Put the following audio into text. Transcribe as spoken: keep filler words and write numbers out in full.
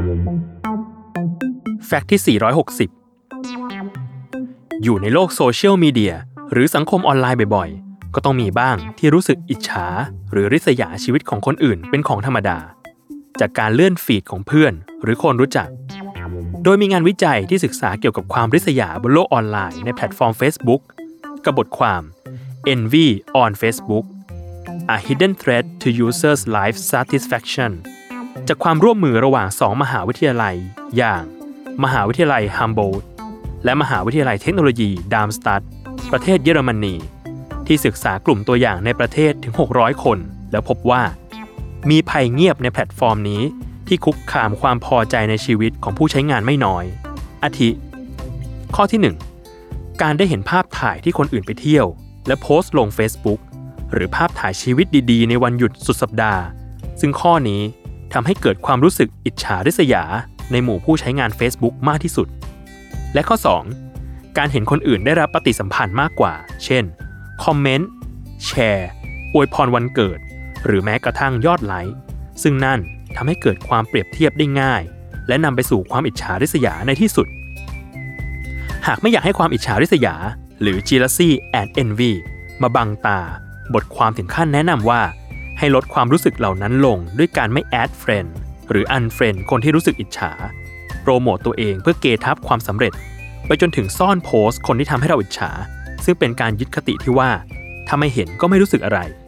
แฟกต์ที่สี่ร้อยหกสิบอยู่ในโลกโซเชียลมีเดียหรือสังคมออนไลน์บ่อยๆก็ต้องมีบ้างที่รู้สึกอิจฉาหรือริษยาชีวิตของคนอื่นเป็นของธรรมดาจากการเลื่อนฟีดของเพื่อนหรือคนรู้จักโดยมีงานวิจัยที่ศึกษาเกี่ยวกับความริษยาบนโลกออนไลน์ในแพลตฟอร์ม Facebook กับบทความ Envy on Facebook A Hidden Threat to Users' Life Satisfaction จากความร่วมมือระหว่างสองมหาวิทยาลัยอย่างมหาวิทยาลัย Humboldt และมหาวิทยาลัยเทคโนโลยี Darmstadt ประเทศเยอรมนีที่ศึกษากลุ่มตัวอย่างในประเทศถึงหกร้อยคนแล้วพบว่ามีภัยเงียบในแพลตฟอร์มนี้ที่คุกคามความพอใจในชีวิตของผู้ใช้งานไม่น้อยอาทิข้อที่หนึ่งการได้เห็นภาพถ่ายที่คนอื่นไปเที่ยวและโพสต์ลง Facebook หรือภาพถ่ายชีวิตดีๆในวันหยุดสุดสัปดาห์ซึ่งข้อนี้ทำให้เกิดความรู้สึกอิจฉาริษยาในหมู่ผู้ใช้งาน Facebook มากที่สุดและข้อสองการเห็นคนอื่นได้รับปฏิสัมพันธ์มากกว่าเช่นคอมเมนต์แชร์อวยพรวันเกิดหรือแม้กระทั่งยอดไลค์ซึ่งนั่นทำให้เกิดความเปรียบเทียบได้ง่ายและนำไปสู่ความอิจฉาริษยาในที่สุดหากไม่อยากให้ความอิจฉาริษยาหรือ jealousy and envy มาบังตาบทความถึงขั้นแนะนำว่าให้ลดความรู้สึกเหล่านั้นลงด้วยการไม่ add friend หรือ unfriend คนที่รู้สึกอิจฉาโปรโมตตัวเองเพื่อเกทับความสำเร็จไปจนถึงซ่อนโพสต์คนที่ทำให้เราอิจฉาซึ่งเป็นการยึดคติที่ว่าถ้าไม่เห็นก็ไม่รู้สึกอะไร